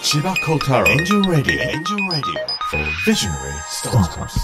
千葉幸太郎エンジェルラディオビジョナリースタートアップス。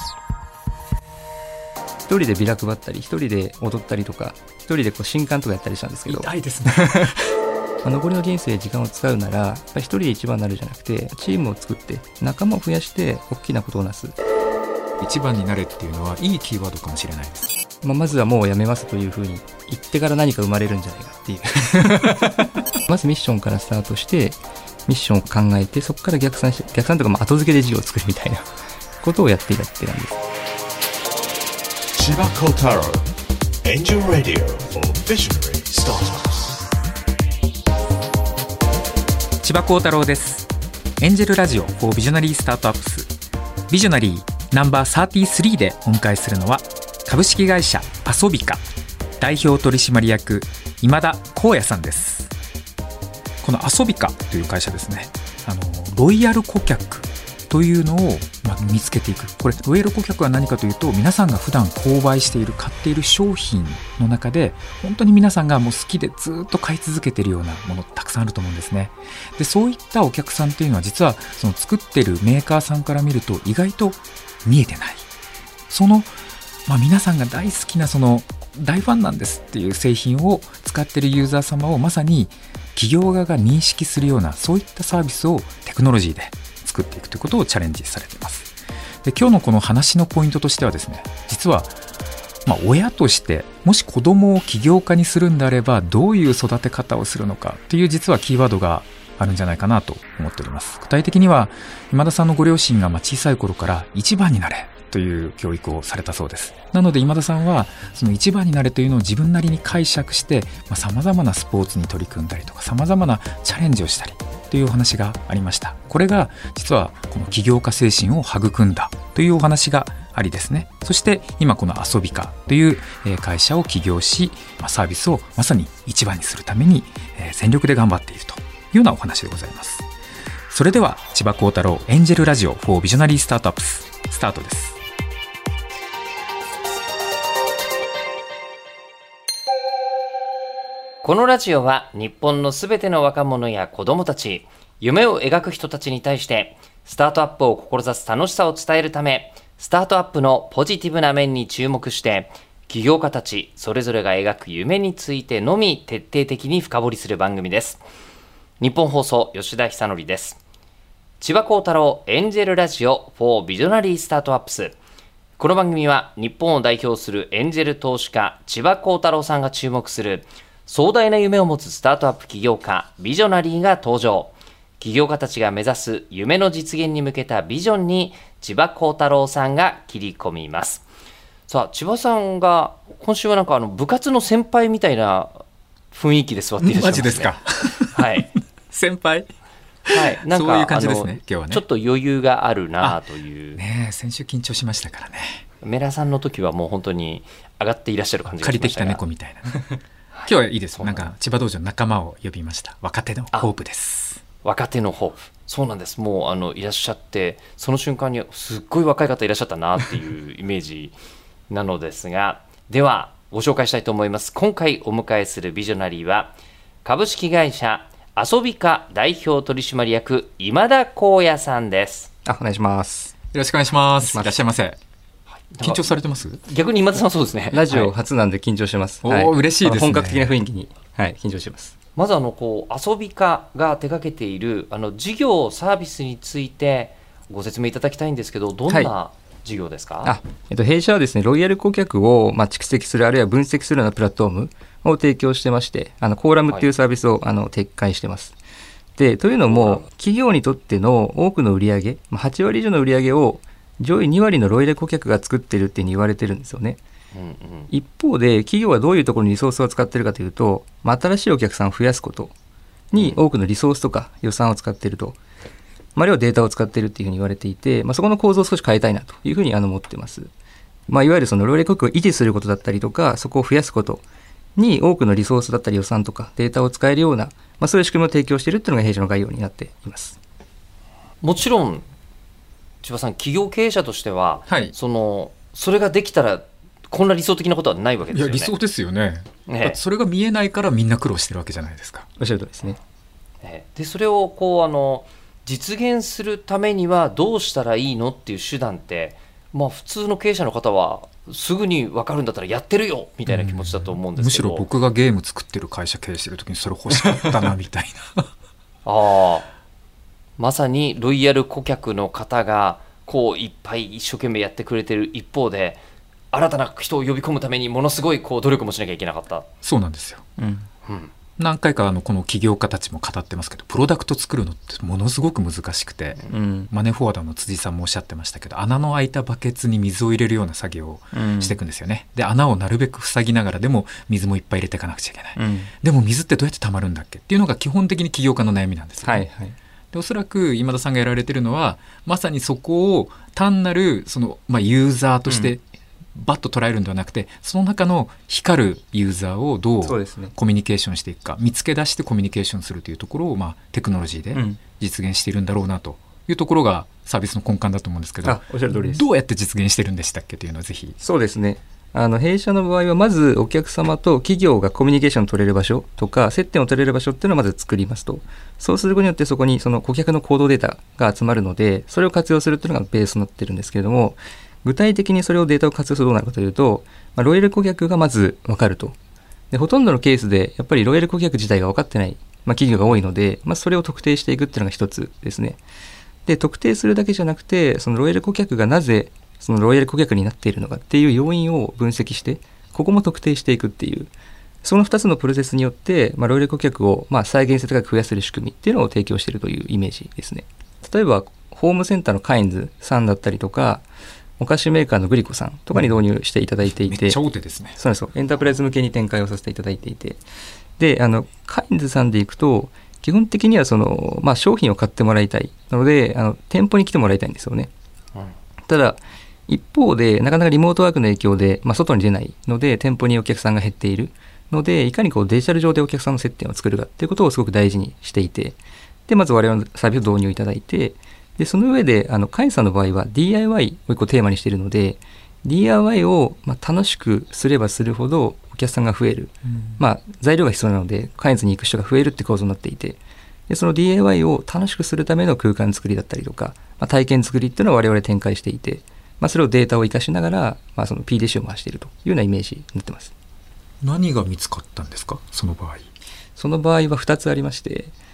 一人でビラ配ったり、一人で踊ったりとか、一人でこう新刊とかやったりしたんですけど、 痛いですね残りの人生時間を使うなら、やっぱり一人で一番になるじゃなくて、チームを作って仲間を増やして大きなことをなす。 一番になれっていうのはいいキーワードかもしれないです。 まずはもうやめますというふうに言ってから何か生まれるんじゃないかっていうまずミッションからスタートしてミッションを考えて、そこから逆算というか後付けで事業を作るみたいなことをやっていたって感じです。 千葉幸太郎エンジェルラディオ for Visionary Startups。 千葉幸太郎です。エンジェルラジオ for Visionary Startups。 ビジョナリーナンバー33でお迎えするのは株式会社アソビカ代表取締役今田光也さんです。このアソビカという会社ですね、ロイヤル顧客というのを見つけていく。これロイヤル顧客は何かというと、皆さんが普段購買している買っている商品の中で本当に皆さんがもう好きでずっと買い続けているようなものたくさんあると思うんですね。でそういったお客さんというのは実はその作っているメーカーさんから見ると意外と見えてない、その、皆さんが大好きなその大ファンなんですっていう製品を使っているユーザー様をまさに企業側が認識するような、そういったサービスをテクノロジーで作っていくということをチャレンジされています。で今日のこの話のポイントとしてはですね、実は親としてもし子供を起業家にするんであればどういう育て方をするのかという実はキーワードがあるんじゃないかなと思っております。具体的には今田さんのご両親が小さい頃から一番になれという教育をされたそうです。なので今田さんはその一番になれというのを自分なりに解釈してさまざまなスポーツに取り組んだりとか、さまざまなチャレンジをしたりというお話がありました。これが実はこの起業家精神を育んだというお話がありですね。そして今このアソビカという会社を起業し、サービスをまさに一番にするために全力で頑張っているというようなお話でございます。それでは千葉幸太郎エンジェルラジオ for Visionary Startups スタートです。 このラジオは日本のすべての若者や子どもたち、夢を描く人たちに対してスタートアップを志す楽しさを伝えるため、スタートアップのポジティブな面に注目して起業家たちそれぞれが描く夢についてのみ徹底的に深掘りする番組です。日本放送吉田久典です。千葉幸太郎エンジェルラジオ for Visionary Startups。この番組は日本を代表するエンジェル投資家千葉幸太郎さんが注目する壮大な夢を持つスタートアップ起業家ビジョナリーが登場。起業家たちが目指す夢の実現に向けたビジョンに千葉幸太郎さんが切り込みます。さあ千葉さんが今週はなんか部活の先輩みたいな雰囲気で座っていらっしゃいますね。 マジですかはい先輩、 はい、なんかそういう感じですね。今日はねちょっと余裕があるなというね。先週緊張しましたからね。 メラさんの時はもう本当に上がっていらっしゃる感じがし借りましたが、 てきた猫みたいな、ね今日はいいです。なんか千葉道場の仲間を呼びました。若手のホープです。 若手のホープ、そうなんです。もういらっしゃって、その瞬間にすっごい若い方いらっしゃったなっていうイメージなのですがではご紹介したいと思います。今回お迎えするビジョナリーは株式会社アソビカ代表取締役今田光也さんです。 お願いします。 よろしくお願いします。いらっしゃいませ。緊張されてます？ 逆に今田さんそうですね。 ラジオ初なんで緊張してます。 嬉しいですね。 本格的な雰囲気に、緊張してます。 まずアソビカが手掛けている事業サービスについてご説明いただきたいんですけど、どんな事業ですか？ 弊社はですね、ロイヤル顧客を蓄積するあるいは分析するようなプラットフォームを提供してまして、コーラムっていうサービスを展開してます。でというのも企業にとっての多くの売上、8割以上の売上を上位2割のロイヤル顧客が作っているって言われてるんですよね。一方で企業はどういうところにリソースを使っているかというと、新しいお客さんを増やすことに多くのリソースとか予算を使っていると、あるいはデータを使っているっていうふうに言われていて、そこの構造を少し変えたいなというふうに思ってます。いわゆるそのロイヤル顧客を維持することだったりとか、そこを増やすことに多くのリソースだったり予算とかデータを使えるような、そういう仕組みを提供しているっていうのが弊社の概要になっています。 もちろん千葉さん企業経営者としては、それができたらこんな理想的なことはないわけですよね。 いや理想ですよね。だってそれが見えないからみんな苦労してるわけじゃないですか。 おっしゃるとりですね。 でそれを実現するためにはどうしたらいいのっていう手段って、普通の経営者の方はすぐに分かるんだったらやってるよみたいな気持ちだと思うんですけど、 むしろ僕がゲーム作ってる会社経営してる時にそれ欲しかったなみたいなまさにロイヤル顧客の方がこういっぱい一生懸命やってくれてる一方で、新たな人を呼び込むためにものすごいこう努力もしなきゃいけなかった。 そうなんですよ、何回かこの起業家たちも語ってますけど、プロダクト作るのってものすごく難しくて、マネーフォワードの辻さんもおっしゃってましたけど、穴の開いたバケツに水を入れるような作業をしていくんですよね。で穴をなるべく塞ぎながらでも水もいっぱい入れていかなくちゃいけない、でも水ってどうやって溜まるんだっけっていうのが基本的に起業家の悩みなんですよね。でおそらく今田さんがやられてるのはまさにそこを単なるユーザーとしてバッと捉えるんではなくて、その中の光るユーザーをどうコミュニケーションしていくか、見つけ出してコミュニケーションするというところを、テクノロジーで実現しているんだろうなというところがサービスの根幹だと思うんですけど、 おっしゃる通りです。 どうやって実現してるんでしたっけというのはぜひ。 そうですね、弊社の場合はまずお客様と企業がコミュニケーションを取れる場所とか接点を取れる場所っていうのをまず作りますと、そうすることによってそこにその顧客の行動データが集まるので、それを活用するっていうのがベースになってるんですけれども、具体的にそれをデータを活用するとどうなるかというと、ロイヤル顧客がまず分かると。でほとんどのケースでやっぱりロイヤル顧客自体が分かってない、企業が多いので、それを特定していくっていうのが一つですね。で特定するだけじゃなくて、そのロイヤル顧客がなぜそのロイヤル顧客になっているのかっていう要因を分析して、ここも特定していくっていう、その2つのプロセスによって、ロイヤル顧客を再現性高く増やせる仕組みっていうのを提供しているというイメージですね。例えばホームセンターのカインズさんだったりとか、お菓子メーカーのグリコさんとかに導入していただいていて、 めっちゃ大手ですね。 そうです。エンタープライズ向けに展開をさせていただいていて、でカインズさんでいくと基本的には商品を買ってもらいたいので店舗に来てもらいたいんですよね、ただ一方でなかなかリモートワークの影響で、外に出ないので店舗にお客さんが減っているので、いかにデジタル上でお客さんの接点を作るかっていうことをすごく大事にしていて、でまず我々のサービスを導入いただいて、でその上でカインさんの場合は DIY を一個テーマにしているので、 DIY を楽しくすればするほどお客さんが増える、材料が必要なのでカインズに行く人が増えるって構造になっていて、でその DIY を楽しくするための空間作りだったりとか、体験作りっていうのを我々展開していて、それをデータを生かしながら、その PDC を回しているというようなイメージになってます。 何が見つかったんですか、その場合。 その場合は2つありまして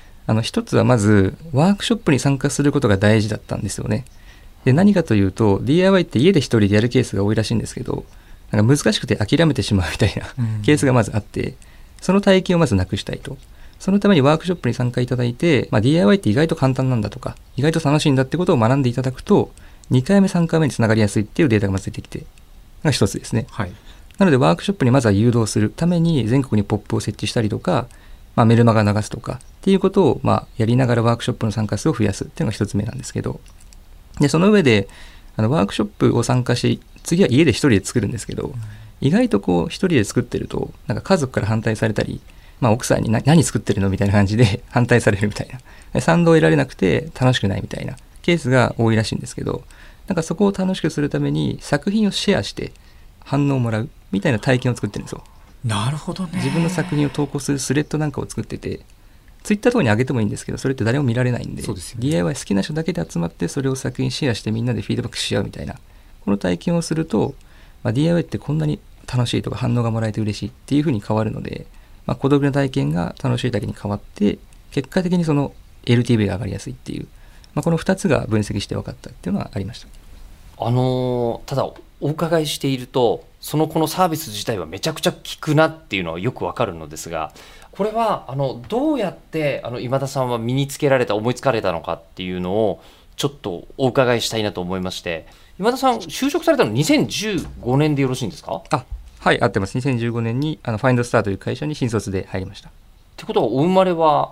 、1つはまずワークショップに参加することが大事だったんですよね。で何かというと DIY って家で一人でやるケースが多いらしいんですけど、難しくて諦めてしまうみたいなケースがまずあって、その体験をまずなくしたいと。そのためにワークショップに参加いただいて、DIY って意外と簡単なんだとか意外と楽しいんだってことを学んでいただくと、2回目3回目につながりやすいっていうデータがまず出てきてが一つですね、なのでワークショップにまずは誘導するために全国にポップを設置したりとか、メルマガ流すとかっていうことをやりながらワークショップの参加数を増やすっていうのが一つ目なんですけど、でその上でワークショップを参加し、次は家で一人で作るんですけど、意外と一人で作ってると家族から反対されたり、奥さんに何作ってるのみたいな感じで反対されるみたいな、賛同を得られなくて楽しくないみたいなケースが多いらしいんですけど、そこを楽しくするために作品をシェアして反応をもらうみたいな体験を作ってるんですよ。 なるほどね。 自分の作品を投稿するスレッドなんかを作ってて、ツイッターとかに上げてもいいんですけど、それって誰も見られないんで、 そうですよね。 DIY 好きな人だけで集まってそれを作品シェアしてみんなでフィードバックし合うみたいな、この体験をすると、DIY ってこんなに楽しいとか反応がもらえて嬉しいっていう風に変わるので、孤独な体験が楽しいだけに変わって、結果的にその LTV が上がりやすいっていう、この2つが分析して分かったっていうのはありました。 ただお伺いしていると、このサービス自体はめちゃくちゃ効くなっていうのはよくわかるのですが、これはどうやって今田さんは身につけられた、思いつかれたのかっていうのをちょっとお伺いしたいなと思いまして。今田さん就職されたの2015年でよろしいんですか？ はい、合ってます。2015年にファインドスターという会社に新卒で入りました。 ってことはお生まれは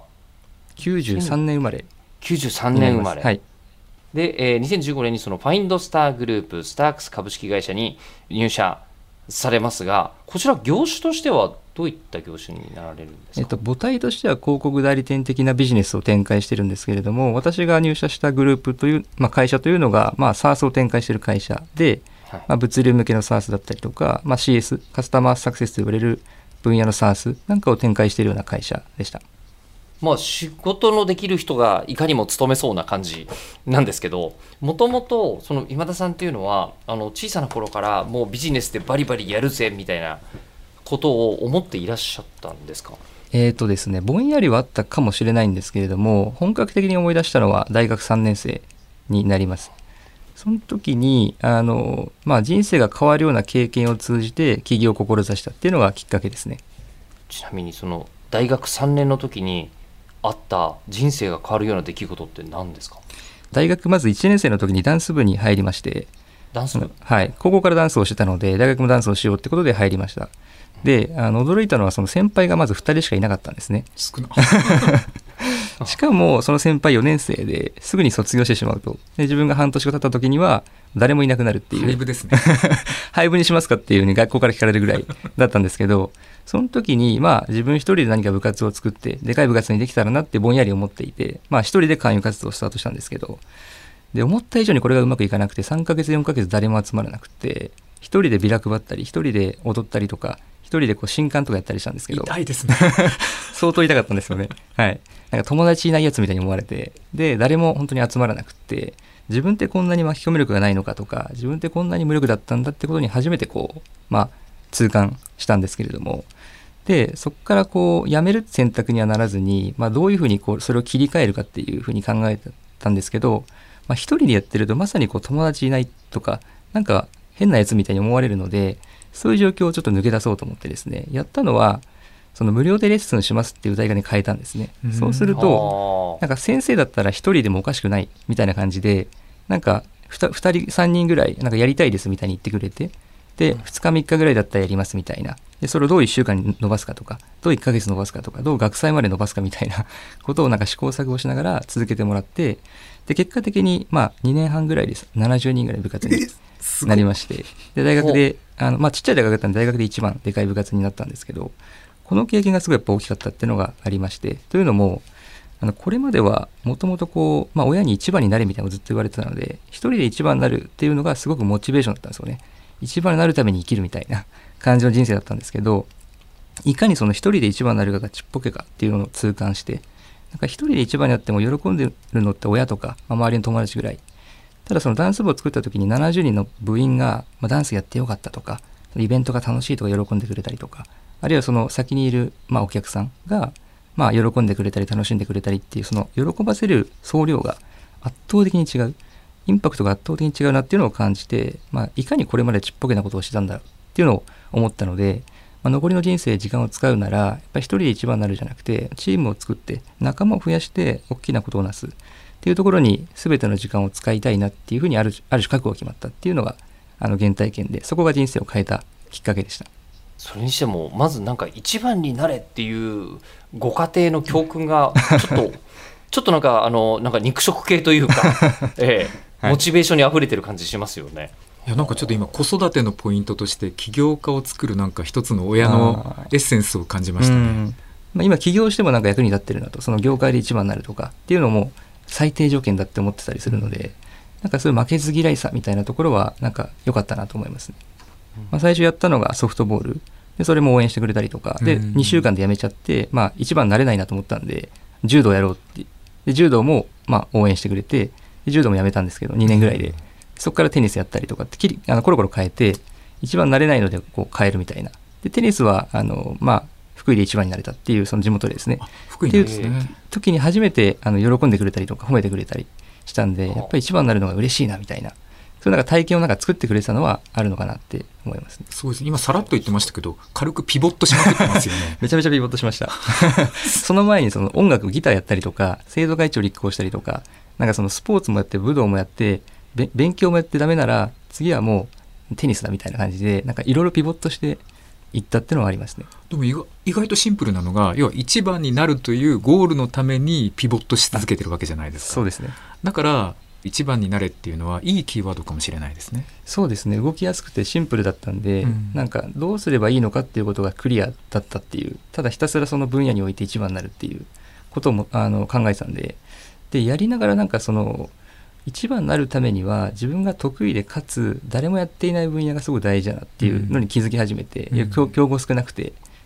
93年生まれ。 93年生まれ、 はい。 で、2015年にそのファインドスターグループスタークス株式会社に入社されますが、こちら業種としてはどういった業種になられるんですか？ 母体としては広告代理店的なビジネスを展開しているんですけれども、私が入社したグループという、会社というのが、SaaS を展開している会社で、物流向けの SaaS だったりとか、CS カスタマーサクセスと呼ばれる分野の SaaS なんかを展開しているような会社でした。 仕事のできる人がいかにも勤めそうな感じなんですけど、もともとその今田さんっていうのは小さな頃からもうビジネスでバリバリやるぜみたいなことを思っていらっしゃったんですか？ ですね、ぼんやりはあったかもしれないんですけれども、本格的に思い出したのは大学3年生になります。その時に人生が変わるような経験を通じて起業を志したっていうのがきっかけですね。 ちなみにその大学3年の時にあった人生が変わるような出来事って何ですか？ 大学まず1年生の時にダンス部に入りまして、 ダンス部？ はい、高校からダンスをしてたので大学もダンスをしようってことで入りました。で驚いたのはその先輩がまず2人しかいなかったんですね。 少なしかもその先輩4年生ですぐに卒業してしまうと、で自分が半年後経った時には誰もいなくなるっていう、 廃部ですね廃部にしますかっていうふうに学校から聞かれるぐらいだったんですけど、その時に自分一人で何か部活を作ってでかい部活にできたらなってぼんやり思っていて、一人で勧誘活動をスタートしたんですけど、で思った以上にこれがうまくいかなくて3ヶ月4ヶ月誰も集まらなくて、一人でビラ配ったり一人で踊ったりとか一人で新刊とかやったりしたんですけど、 痛いですね相当痛かったんですよね。はい、なんか友達いないやつみたいに思われて、で誰も本当に集まらなくって、自分ってこんなに巻き込み力がないのかとか、自分ってこんなに無力だったんだってことに初めて痛感したんですけれども、でそこから辞める選択にはならずに、どういうふうにそれを切り替えるかっていうふうに考えたんですけど、一人でやってるとまさに友達いないとかなんか変なやつみたいに思われるので、そういう状況をちょっと抜け出そうと思ってですね、やったのはその無料でレッスンしますっていう歌い方に変えたんですね。そうするとなんか先生だったら一人でもおかしくないみたいな感じで、なんか2人3人ぐらいなんかやりたいですみたいに言ってくれて、で2日3日ぐらいだったらやりますみたいな、でそれをどう1週間に伸ばすかとかどう1ヶ月伸ばすかとかどう学祭まで伸ばすかみたいなことをなんか試行錯誤しながら続けてもらって、で結果的に2年半ぐらいです70人ぐらい部活になりまして、で大学でちっちゃい大学だったんで大学で一番でかい部活になったんですけど、この経験がすごいやっぱ大きかったっていうのがありまして、というのもこれまではもともと親に一番になれみたいなのをずっと言われてたので、一人で一番になるっていうのがすごくモチベーションだったんですよね。一番になるために生きるみたいな感じの人生だったんですけど、いかにその一人で一番になるかがちっぽけかっていうのを痛感して、なんか一人で一番になっても喜んでるのって親とか、周りの友達ぐらい。ただそのダンス部を作った時に70人の部員が、ダンスやってよかったとか、イベントが楽しいとか喜んでくれたりとか、あるいはその先にいるお客さんが喜んでくれたり楽しんでくれたりっていう、その喜ばせる総量が圧倒的に違う、インパクトが圧倒的に違うなっていうのを感じて、いかにこれまでちっぽけなことをしてたんだっていうのを思ったので、残りの人生時間を使うならやっぱり一人で一番になるじゃなくて、チームを作って仲間を増やして大きなことをなすっていうところに全ての時間を使いたいなっていうふうにある種覚悟が決まったっていうのが原体験で、そこが人生を変えたきっかけでした。 それにしてもまずなんか一番になれっていうご家庭の教訓がちょっとなんか肉食系というか、モチベーションにあふれてる感じしますよね。 いやなんかちょっと今子育てのポイントとして起業家を作るなんか一つの親のエッセンスを感じましたね。 今起業してもなんか役に立ってるなと、その業界で一番になるとかっていうのも最低条件だって思ってたりするので、なんかそういう負けず嫌いさみたいなところはなんか良かったなと思いますね。最初やったのがソフトボールで、それも応援してくれたりとかで、2週間でやめちゃって、一番になれないなと思ったんで柔道やろうって、で柔道も応援してくれて、で柔道もやめたんですけど2年ぐらいで、そこからテニスやったりとかってコロコロ変えて、一番になれないので変えるみたいな。でテニスは福井で一番になれたっていう、その地元でですね、 福井なんですね。 っていう時に初めて喜んでくれたりとか褒めてくれたりしたんで、やっぱり一番になるのが嬉しいなみたいな、そういうなんか体験をなんか作ってくれてたのはあるのかなって思いますね。 そうです。今さらっと言ってましたけど、軽くピボットしまくってますよね。 めちゃめちゃピボットしましたその前にその音楽ギターやったりとか、生徒会長立候補したりとか、なんかそのスポーツもやって武道もやって勉強もやってダメなら次はもうテニスだみたいな感じで、なんかいろいろピボットしていったっていうのはありますね。 でも意外とシンプルなのが、要は一番になるというゴールのためにピボットし続けてるわけじゃないですか。 そうですね。 だから一番になれっていうのはいいキーワードかもしれないですね。 そうですね。動きやすくてシンプルだったんで、なんかどうすればいいのかっていうことがクリアだったっていう、ただひたすらその分野において一番になるっていうことも考えてたんで、でやりながらなんかその一番になるためには自分が得意でかつ誰もやっていない分野がすごく大事だなっていうのに気づき始めて、競合少なくて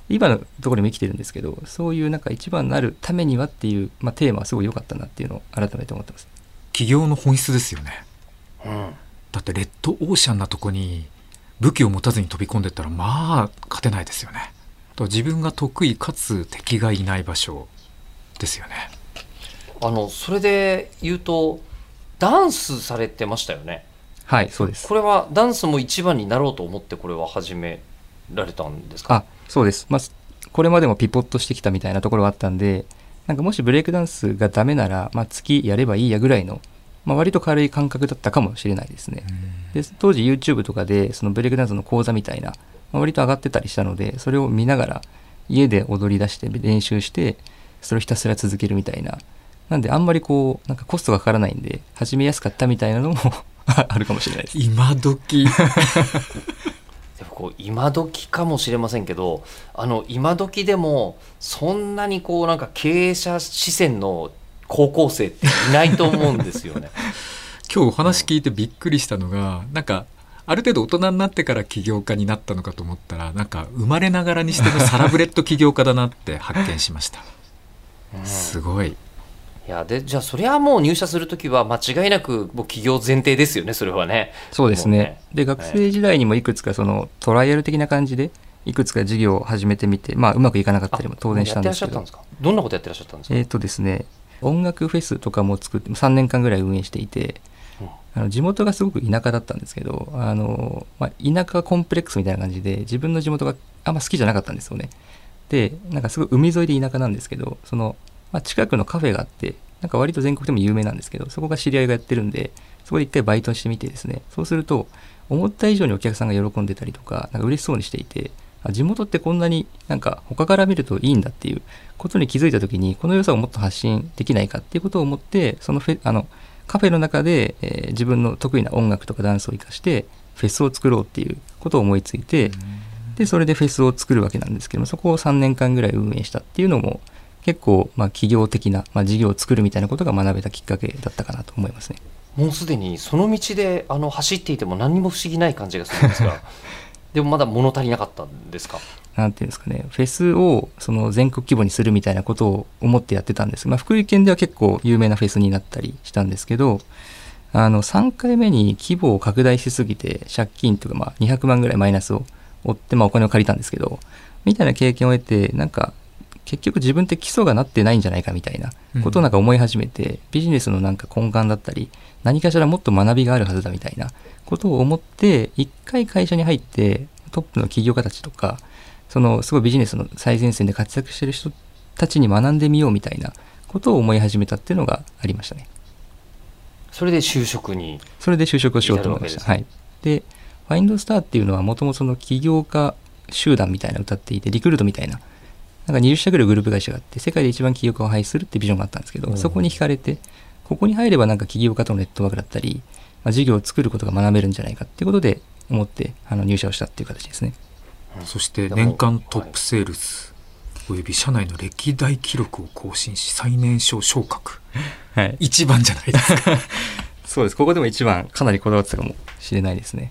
今のところにも生きてるんですけど、そういうなんか一番になるためにはっていう、テーマはすごい良かったなっていうのを改めて思ってます。 起業の本質ですよね。 うんだってレッドオーシャンなとこに武器を持たずに飛び込んでったらまあ勝てないですよね。だから自分が得意かつ敵がいない場所ですよね。 それで言うとダンスされてましたよね。 はい、そうです。 これはダンスも一番になろうと思ってこれは始められたんですか？ あ、そうです。これまでもピポッとしてきたみたいなところがあったんで、なんかもしブレイクダンスがダメなら、月やればいいやぐらいの、割と軽い感覚だったかもしれないですね。で、当時 YouTube とかでそのブレイクダンスの講座みたいな、割と上がってたりしたので、それを見ながら家で踊り出して練習して、それをひたすら続けるみたいな。なんであんまりなんかコストがかからないんで、始めやすかったみたいなのもあるかもしれないです。 今時でも今時かもしれませんけど、今時でもそんなになんか経営者視線の高校生っていないと思うんですよね。 今日お話聞いてびっくりしたのが、なんかある程度大人になってから起業家になったのかと思ったら、なんか生まれながらにしてのサラブレッド起業家だなって発見しました。すごい。 いやじゃあそれはもう入社するときは間違いなくもう起業前提ですよね、それはね。 そうですね。で、学生時代にもいくつかそのトライアル的な感じでいくつか事業を始めてみて、うまくいかなかったりも当然したんですけど。 やってらっしゃったんですか？どんなことやってらっしゃったんですか？ ですね、音楽フェスとかも作って3年間ぐらい運営していて、地元がすごく田舎だったんですけど、田舎コンプレックスみたいな感じで自分の地元があんま好きじゃなかったんですよね。で、なんかすごい海沿いで田舎なんですけど、近くのカフェがあって、なんか割と全国でも有名なんですけど、そこが知り合いがやってるんで、そこで一回バイトしてみてですね、そうすると思った以上にお客さんが喜んでたりとか、なんか嬉しそうにしていて、地元ってこんなになんか他から見るといいんだっていうことに気づいた時に、この良さをもっと発信できないかっていうことを思って、そのカフェの中で、自分の得意な音楽とかダンスを生かしてフェスを作ろうっていうことを思いついて、でそれでフェスを作るわけなんですけども、そこを3年間ぐらい運営したっていうのも結構企業的な、事業を作るみたいなことが学べたきっかけだったかなと思いますね。 もうすでにその道で走っていても何にも不思議ない感じがするんですがでもまだ物足りなかったんですか？ なんていうんですかね、フェスをその全国規模にするみたいなことを思ってやってたんです。福井県では結構有名なフェスになったりしたんですけど、3回目に規模を拡大しすぎて借金とか200万ぐらいマイナスを負って、お金を借りたんですけど、みたいな経験を得て、なんか結局自分って基礎がなってないんじゃないかみたいなことをなんか思い始めて、ビジネスのなんか根幹だったり何かしらもっと学びがあるはずだみたいなことを思って、一回会社に入ってトップの起業家たちとか、すごいビジネスの最前線で活躍してる人たちに学んでみようみたいなことを思い始めたっていうのがありましたね。 それで就職をしようと思いました。はい。で、ファインドスターっていうのはもともと起業家集団みたいな歌っていて、リクルートみたいななんか20社ぐらいグループ会社があって、世界で一番起業家を輩出するってビジョンがあったんですけど、そこに惹かれて、ここに入ればなんか起業家とのネットワークだったり、事業を作ることが学べるんじゃないかっていうことで思って入社をしたっていう形ですね。 そして年間トップセールスおよび社内の歴代記録を更新し、最年少昇格、はい、一番じゃないですか。 そうです。ここでも一番かなりこだわってたかもしれないですね。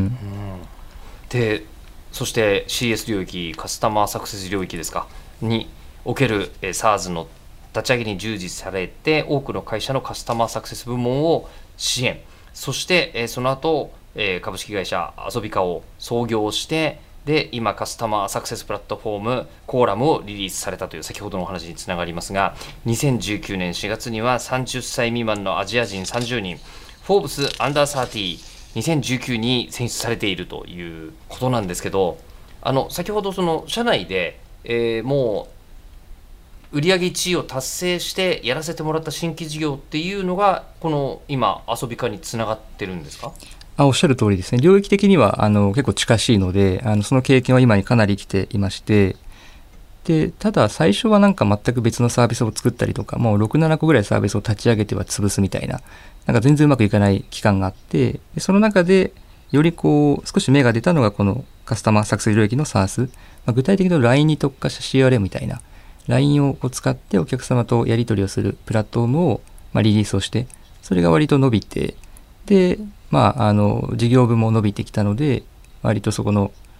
でそして CS 領域、カスタマーサクセス領域ですかにおける SaaS の立ち上げに従事されて、多くの会社のカスタマーサクセス部門を支援、そしてその後株式会社アソビカを創業して、で今カスタマーサクセスプラットフォームコーラムをリリースされたという先ほどのお話につながりますが、2019年4月には30歳未満のアジア人30人、フォーブスアンダー302019に選出されているということなんですけど、先ほどその社内で、もう売上1位を達成してやらせてもらった新規事業っていうのがこの今遊び化につながってるんですか？ おっしゃる通りですね。領域的には結構近しいので、その経験は今にかなり生きていまして、でただ最初はなんか全く別のサービスを作ったりとか、もう 6,7 個ぐらいサービスを立ち上げては潰すみたいな、なんか全然うまくいかない期間があって、でその中でより少し芽が出たのがこのカスタマーサクセス領域の SaaS、具体的に LINE に特化した CRM みたいな LINE を使ってお客様とやり取りをするプラットフォームをリリースをして、それが割と伸びて、で事業部も伸びてきたので、割とそこの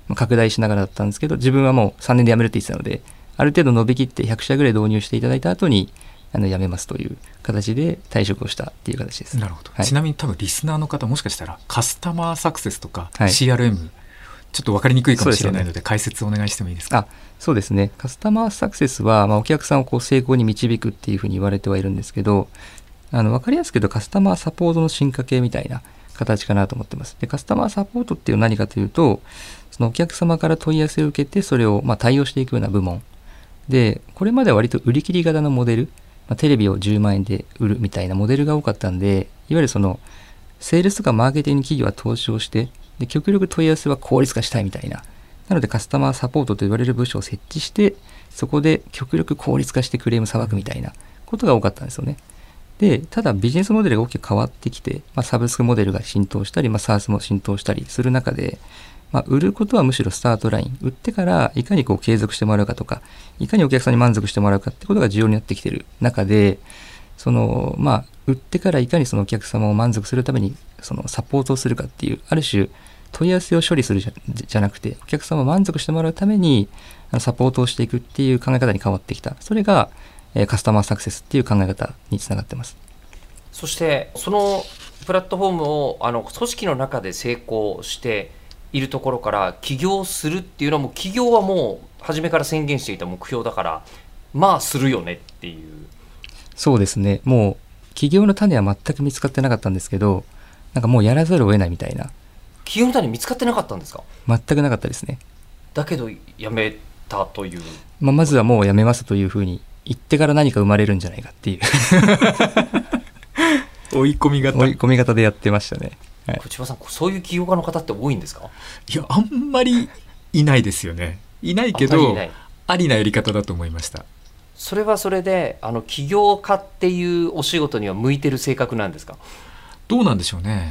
拡大しながらだったんですけど、自分はもう3年で辞めるって言ってたので、ある程度伸びきって100社ぐらい導入していただいた後に辞めますという形で退職をしたっていう形です。 なるほど、 はい、 ちなみに多分リスナーの方もしかしたらカスタマーサクセスとかはい CRM、ちょっと分かりにくいかもしれないのそうですよね、 で解説お願いしてもいいですか。 そうですね。カスタマーサクセスは、お客さんをこう成功に導くっていうふうに言われてはいるんですけど、分かりやすく言うとカスタマーサポートの進化系みたいな形かなと思ってます。で、カスタマーサポートっていうのは何かというと、そのお客様から問い合わせを受けてそれを対応していくような部門で、これまでは割と売り切り型のモデル、テレビを10万円で売るみたいなモデルが多かったんで、いわゆるそのセールスとかマーケティングに企業は投資をして、で極力問い合わせは効率化したいみたいな。なのでカスタマーサポートと言われる部署を設置して、そこで極力効率化してクレームさばくみたいなことが多かったんですよね。で、ただビジネスモデルが大きく変わってきて、サブスクモデルが浸透したり、SaaS も浸透したりする中で、売ることはむしろスタートライン、売ってからいかにこう継続してもらうかとか、いかにお客さんに満足してもらうかってことが重要になってきている中で、売ってからいかにそのお客様を満足するためにそのサポートをするかっていう、ある種問い合わせを処理するじゃなくて、お客様を満足してもらうためにサポートをしていくっていう考え方に変わってきた。それがカスタマーサクセスっていう考え方につながってます。 そしてそのプラットフォームを組織の中で成功しているところから起業するっていうのは、もう起業はもう初めから宣言していた目標だから、するよねっていう。 そうですね。もう起業の種は全く見つかってなかったんですけど、なんかもうやらざるを得ないみたいな。 起業の種見つかってなかったんですか？ 全くなかったですね。 だけど辞めたという、 まずはもう辞めますというふうに言ってから何か生まれるんじゃないかっていう追い込み型でやってましたね。はい、 千葉さん、そういう起業家の方って多いんですか？ いや、あんまりいないですよね。いないけどありなやり方だと思いました。 それはそれで起業家っていうお仕事には向いてる性格なんですか？ どうなんでしょうね。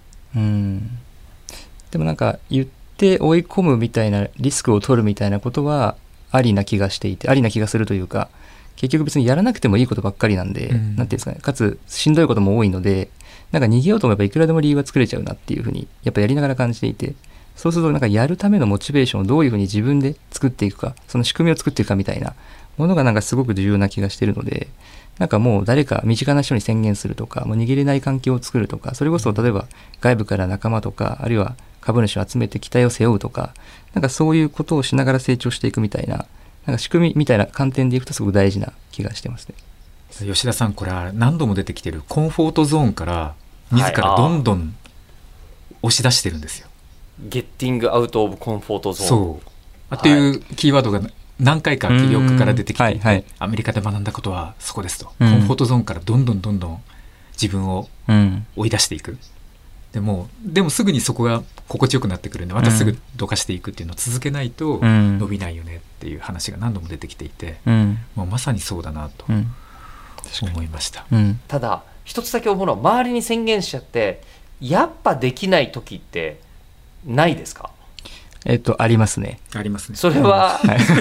でもなんか言って追い込むみたいな、リスクを取るみたいなことはありな気がしていて、ありな気がするというか、結局別にやらなくてもいいことばっかりなんで、なんていうんですかね、かつしんどいことも多いので、なんか逃げようと思えばいくらでも理由は作れちゃうなっていうふうにやっぱやりながら感じていて、そうするとなんかやるためのモチベーションをどういうふうに自分で作っていくか、その仕組みを作っていくかみたいなものがなんかすごく重要な気がしているので、なんかもう誰か身近な人に宣言するとか、もう逃げれない環境を作るとか、それこそ例えば外部から仲間とか、あるいは株主を集めて期待を背負うとか、なんかそういうことをしながら成長していくみたいな、なんか仕組みみたいな観点でいくとすごく大事な気がしてますね。 吉田さん、これは何度も出てきているコンフォートゾーンから自らどんどん押し出してるんですよ。 ゲッティングアウトオブコンフォートゾーン。 そうっていうキーワードが何回か起業家から出てきていて、 はい、 アメリカで学んだことはそこですと、コンフォートゾーンからどんどん自分を追い出していく。でもすぐにそこが心地よくなってくるんで、またすぐどかしていくっていうのを続けないと伸びないよねっていう話が何度も出てきていて、もうまさにそうだなと思いました。 ただ一つだけ思うのは、周りに宣言しちゃってやっぱできない時ってないですか？ ありますね。 ありますね。 それは、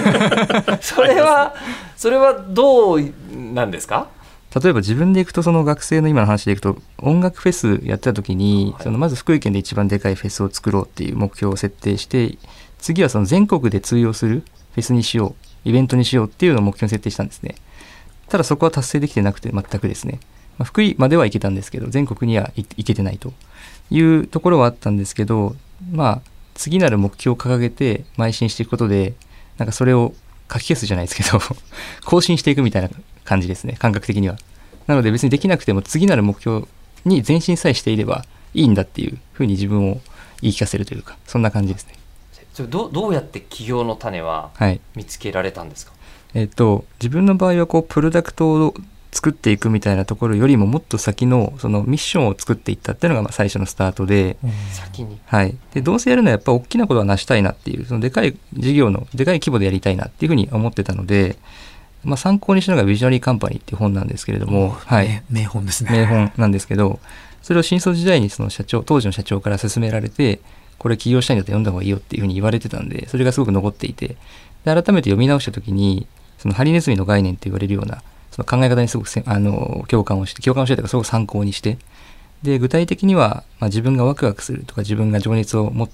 それはどうなんですか？ 例えば自分で行くと、その学生の今の話でいくと、音楽フェスやってた時に、そのまず福井県で一番でかいフェスを作ろうっていう目標を設定して、次はその全国で通用するフェスにしよう、イベントにしようっていうのを目標に設定したんですね。ただそこは達成できてなくて、全くですね、福井までは行けたんですけど、全国には行けてないというところはあったんですけど、次なる目標を掲げて邁進していくことで、なんかそれを書き消すじゃないですけど更新していくみたいな感じですね、感覚的には。なので別にできなくても次なる目標に前進さえしていればいいんだっていうふうに自分を言い聞かせるというか、そんな感じですね。 どうやって起業の種は見つけられたんですか？ 自分の場合はプロダクトを作っていくみたいなところよりももっと先のそのミッションを作っていったっていうのが最初のスタートで、 先に、 でどうせやるのはやっぱ大きなことは成したいなっていう、そのでかい事業のでかい規模でやりたいなっていうふうに思ってたので、参考にしたのがビジョナリーカンパニーっていう本なんですけれども、 名本ですね。 名本なんですけど、それを新卒時代にその当時の社長から勧められて、これ起業したいんだったら読んだ方がいいよっていうふうに言われてたんで、それがすごく残っていて、で改めて読み直した時に、そのハリネズミの概念って言われるようなその考え方にすごく共感をしてというか、すごく参考にして、で具体的には、自分がワクワクするとか、自分が情熱を持って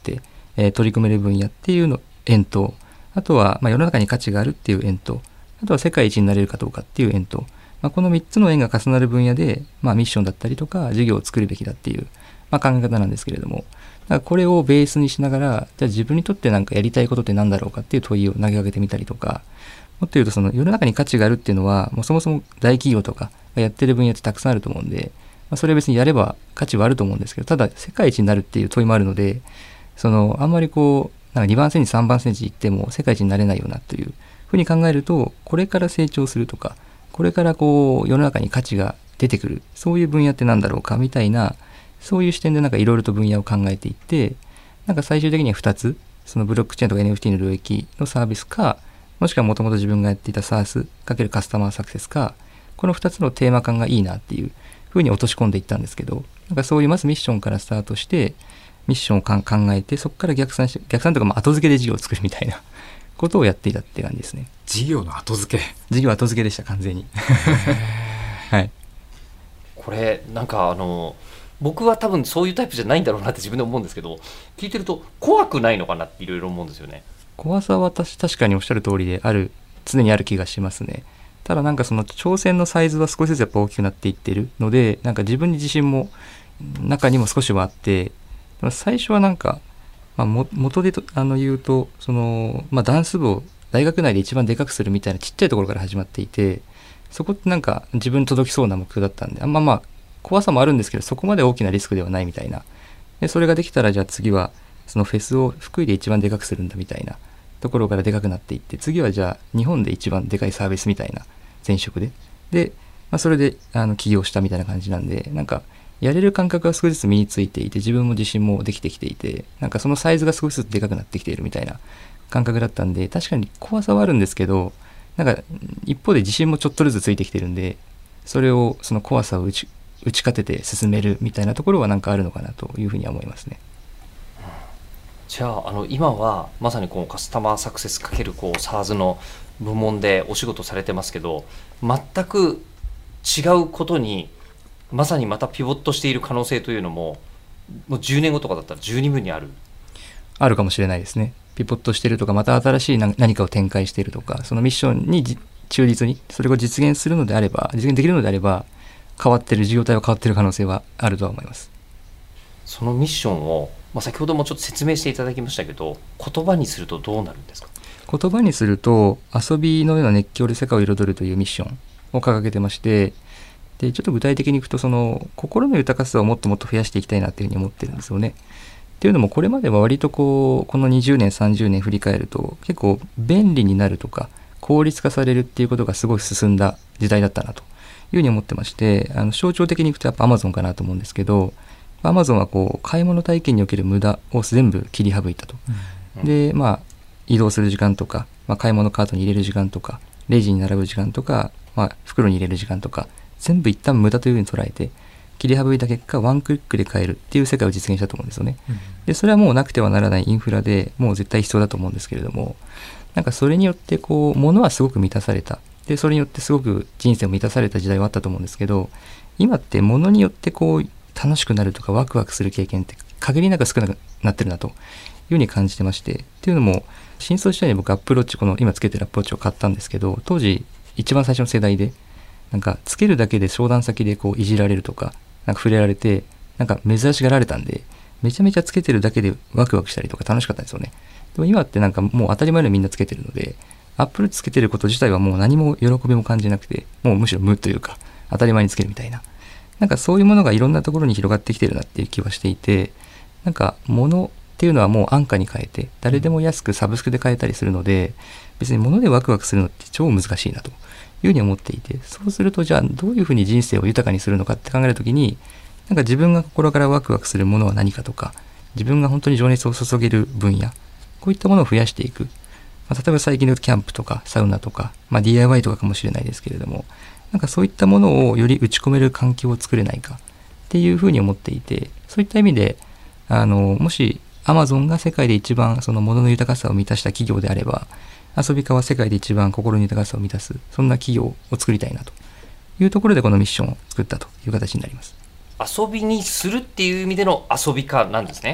取り組める分野っていうの円と、あとは世の中に価値があるっていう円と、あとは世界一になれるかどうかっていう円と、この3つの円が重なる分野で、ミッションだったりとか事業を作るべきだっていう、考え方なんですけれども、だからこれをベースにしながら、じゃあ自分にとってなんかやりたいことって何だろうかっていう問いを投げかけてみたりとか、もっと言うとその世の中に価値があるっていうのは、もうそもそも大企業とかがやってる分野ってたくさんあると思うんで、それは別にやれば価値はあると思うんですけど、ただ世界一になるっていう問いもあるので、あんまりなんか2番線に3番線に行っても世界一になれないよなというふうに考えると、これから成長するとか、これから世の中に価値が出てくる、そういう分野って何だろうかみたいな、そういう視点でなんかいろいろと分野を考えていって、なんか最終的には2つ、そのブロックチェーンとか NFT の領域のサービスか、もしくはもともと自分がやっていた SaaS ×カスタマーサクセスか、この2つのテーマ感がいいなっていうふうに落とし込んでいったんですけど、なんかそういうまずミッションからスタートして、ミッションを考えて、そこから逆算とか後付けで事業を作るみたいなことをやっていたって感じですね。 事業の後付け。 事業後付けでした、完全に。はい。 これなんか僕は多分そういうタイプじゃないんだろうなって自分で思うんですけど、聞いてると怖くないのかなっていろいろ思うんですよね。 怖さは確かにおっしゃる通りで常にある気がしますね。ただなんかその挑戦のサイズは少しずつやっぱ大きくなっていってるので、なんか自分に自信も中にも少しはあって、最初はなんか、元で言うとダンス部を大学内で一番でかくするみたいなちっちゃいところから始まっていて、そこってなんか自分に届きそうな目標だったんで、怖さもあるんですけど、そこまで大きなリスクではないみたいな。でそれができたら、じゃあ次はそのフェスを福井で一番でかくするんだみたいなところからでかくなっていって、次はじゃあ日本で一番でかいサービスみたいな前職でそれで起業したみたいな感じなんで、なんかやれる感覚が少しずつ身についていて、自分も自信もできてきていて、なんかそのサイズが少しずつでかくなってきているみたいな感覚だったんで、確かに怖さはあるんですけど、なんか一方で自信もちょっとずつついてきてるんで、その怖さを打ち勝てて進めるみたいなところはなんかあるのかなというふうには思いますね。 じゃあ今はまさにこのカスタマーサクセス×SaaS の部門でお仕事されてますけど、全く違うことにまさにまたピボットしている可能性というのも、もう10年後とかだったら十二分にあるかもしれないですね。ピボットしてるとか、また新しい何かを展開しているとか、そのミッションに忠実にそれを実現できるのであれば、変わってる事業体は変わってる可能性はあるとは思います。 そのミッションを、先ほどもちょっと説明していただきましたけど、言葉にするとどうなるんですか？ 言葉にすると、遊びのような熱狂で世界を彩るというミッションを掲げてまして、でちょっと具体的にいくと、心の豊かさをもっともっと増やしていきたいなというふうに思ってるんですよね。っていうのも、これまでは割とこの20年30年振り返ると、結構便利になるとか効率化されるっていうことがすごい進んだ時代だったなというふうに思ってまして、象徴的にいくとやっぱ Amazon かなと思うんですけど、Amazon は買い物体験における無駄を全部切り省いたと。で移動する時間とか、買い物カートに入れる時間とか、レジに並ぶ時間とか、袋に入れる時間とか、全部一旦無駄というふうに捉えて切り省いた結果、ワンクリックで買えるっていう世界を実現したと思うんですよね。でそれはもうなくてはならないインフラで、もう絶対必要だと思うんですけれども、なんかそれによって物はすごく満たされた。でそれによってすごく人生を満たされた時代はあったと思うんですけど、今って物によって楽しくなるとかワクワクする経験って限りなく少なくなってるなというふうに感じてまして、っていうのも、新卒時代に僕アップローチ、今つけてるアップローチを買ったんですけど、当時一番最初の世代で、なんかつけるだけで商談先でいじられるとか、なんか触れられて、なんか珍しがられたんで、めちゃめちゃつけてるだけでワクワクしたりとか楽しかったんですよね。でも今ってなんかもう当たり前のようにみんなつけてるので、アップローチつけてること自体はもう何も喜びも感じなくて、もうむしろ無というか当たり前につけるみたいな、なんかそういうものがいろんなところに広がってきてるなっていう気はしていて、なんか物っていうのはもう安価に買えて、誰でも安くサブスクで買えたりするので、別に物でワクワクするのって超難しいなというふうに思っていて、そうするとじゃあどういうふうに人生を豊かにするのかって考えるときに、なんか自分が心からワクワクするものは何かとか、自分が本当に情熱を注げる分野、こういったものを増やしていく。例えば最近のキャンプとかサウナとか、DIY とかかもしれないですけれども、なんかそういったものをより打ち込める環境を作れないかっていうふうに思っていて、そういった意味でもし Amazon が世界で一番その物の豊かさを満たした企業であれば、遊びかは世界で一番心の豊かさを満たす、そんな企業を作りたいなというところでこのミッションを作ったという形になります。 遊びにするっていう意味での遊びかなんですね。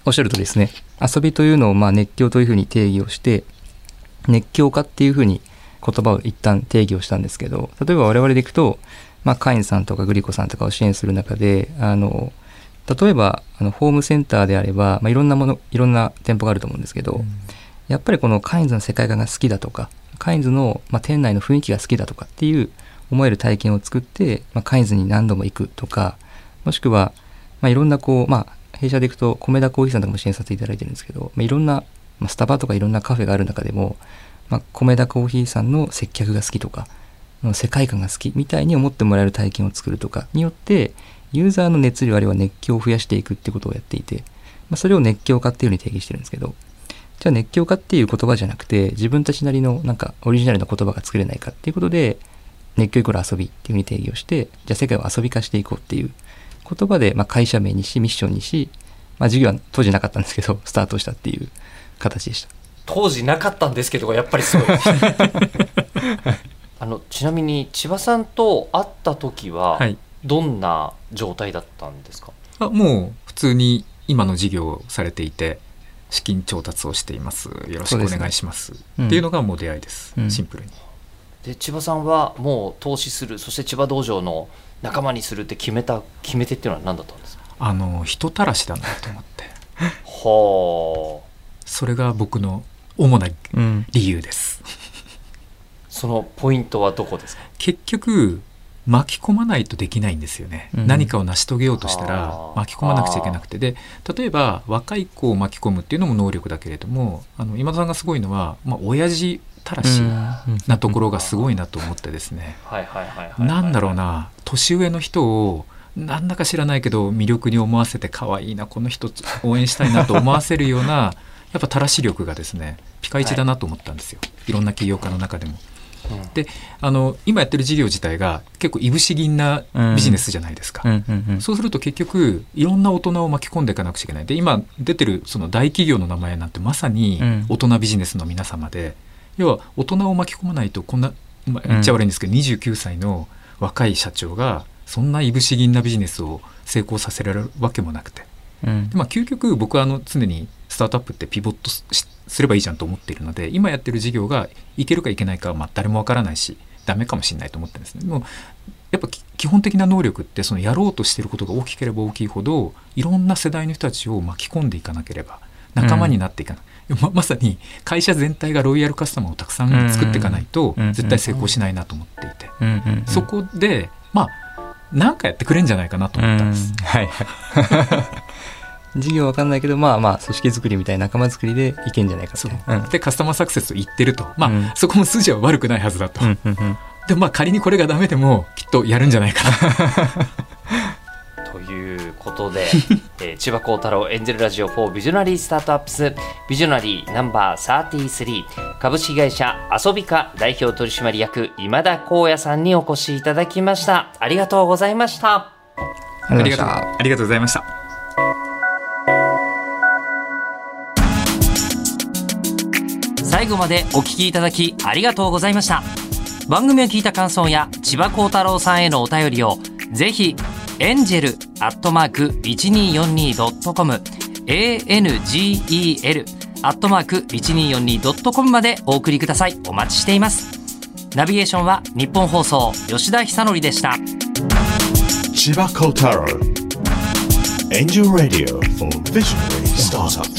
おっしゃるとですね、遊びというのを熱狂というふうに定義をして、熱狂家っていうふうに言葉を一旦定義をしたんですけど、例えば我々でいくと、カインさんとかグリコさんとかを支援する中で、例えばホームセンターであれば、いろんな店舗があると思うんですけど、やっぱりこのカインズの世界観が好きだとか、カインズの、店内の雰囲気が好きだとかっていう思える体験を作って、カインズに何度も行くとか、もしくは、いろんな弊社で行くと米田コーヒーさんとかも支援させていただいてるんですけど、いろんな、スタバとかいろんなカフェがある中でも、米田コーヒーさんの接客が好きとか世界観が好きみたいに思ってもらえる体験を作るとかによってユーザーの熱量あるいは熱狂を増やしていくってことをやっていて、それを熱狂家っていうふうに定義してるんですけど、じゃあ熱狂家っていう言葉じゃなくて自分たちなりのオリジナルの言葉が作れないかっていうことで、熱狂イコール遊びっていうふうに定義をして、じゃあ世界を遊び化していこうっていう言葉で会社名にしミッションにし、事業は当時なかったんですけどスタートしたっていう形でした。 当時なかったんですけどやっぱりすごいちなみに千葉さんと会った時はどんな状態だったんですか？ もう普通に今の事業をされていて資金調達をしています、よろしくお願いします、っていうのがもう出会いです、シンプルに。 で千葉さんはもう投資する、そして千葉道場の仲間にするって決め手っていうのは何だったんですか？ 人たらしだなと思ってはあ、 それが僕の主な理由です、 そのポイントはどこですか？ 結局巻き込まないとできないんですよね、何かを成し遂げようとしたら巻き込まなくちゃいけなくて、で例えば若い子を巻き込むっていうのも能力だけれども、今田さんがすごいのは、親父たらしなところがすごいなと思ってですね、なんだろうな、年上の人をなんだか知らないけど魅力に思わせて、可愛いなこの人応援したいなと思わせるようなやっぱたらし力がですねピカイチだなと思ったんですよ、いろんな起業家の中でも。で今やってる事業自体が結構いぶし銀なビジネスじゃないですか、そうすると結局いろんな大人を巻き込んでいかなくちゃいけない。で今出てるその大企業の名前なんてまさに大人ビジネスの皆様で、要は大人を巻き込まないとこんな、言っちゃ悪いんですけど、29歳の若い社長がそんないぶし銀なビジネスを成功させられるわけもなくて、で究極僕は常にスタートアップってピボットすればいいじゃんと思っているので、今やってる事業がいけるかいけないかは誰もわからないしダメかもしれないと思ってるんですね。でもやっぱ基本的な能力ってそのやろうとしていることが大きければ大きいほどいろんな世代の人たちを巻き込んでいかなければ仲間になっていかない、まさに会社全体がロイヤルカスタマーをたくさん作っていかないと絶対成功しないなと思っていて、そこでなんかやってくれんじゃないかなと思ったんです。 事業わかんないけど組織作りみたいな仲間作りでいけんじゃないかと、 でカスタマーサクセスと言ってると、そこも数字は悪くないはずだと、で仮にこれがダメでもきっとやるんじゃないかなということで、千葉幸太郎エンジェルラジオ4ビジョナリースタートアップスビジョナリーナンバー33株式会社遊びか代表取締役今田耕也さんにお越しいただきました。ありがとうございました。 ありがとうございました。 最後までお聞きいただきありがとうございました。番組を聞いた感想や千葉幸太郎さんへのお便りをぜひangel@1242.com angel@1242.com までお送りください。お待ちしています。ナビゲーションは日本放送吉田久典でした。 千葉幸太郎 Angel Radio for Visionary Startup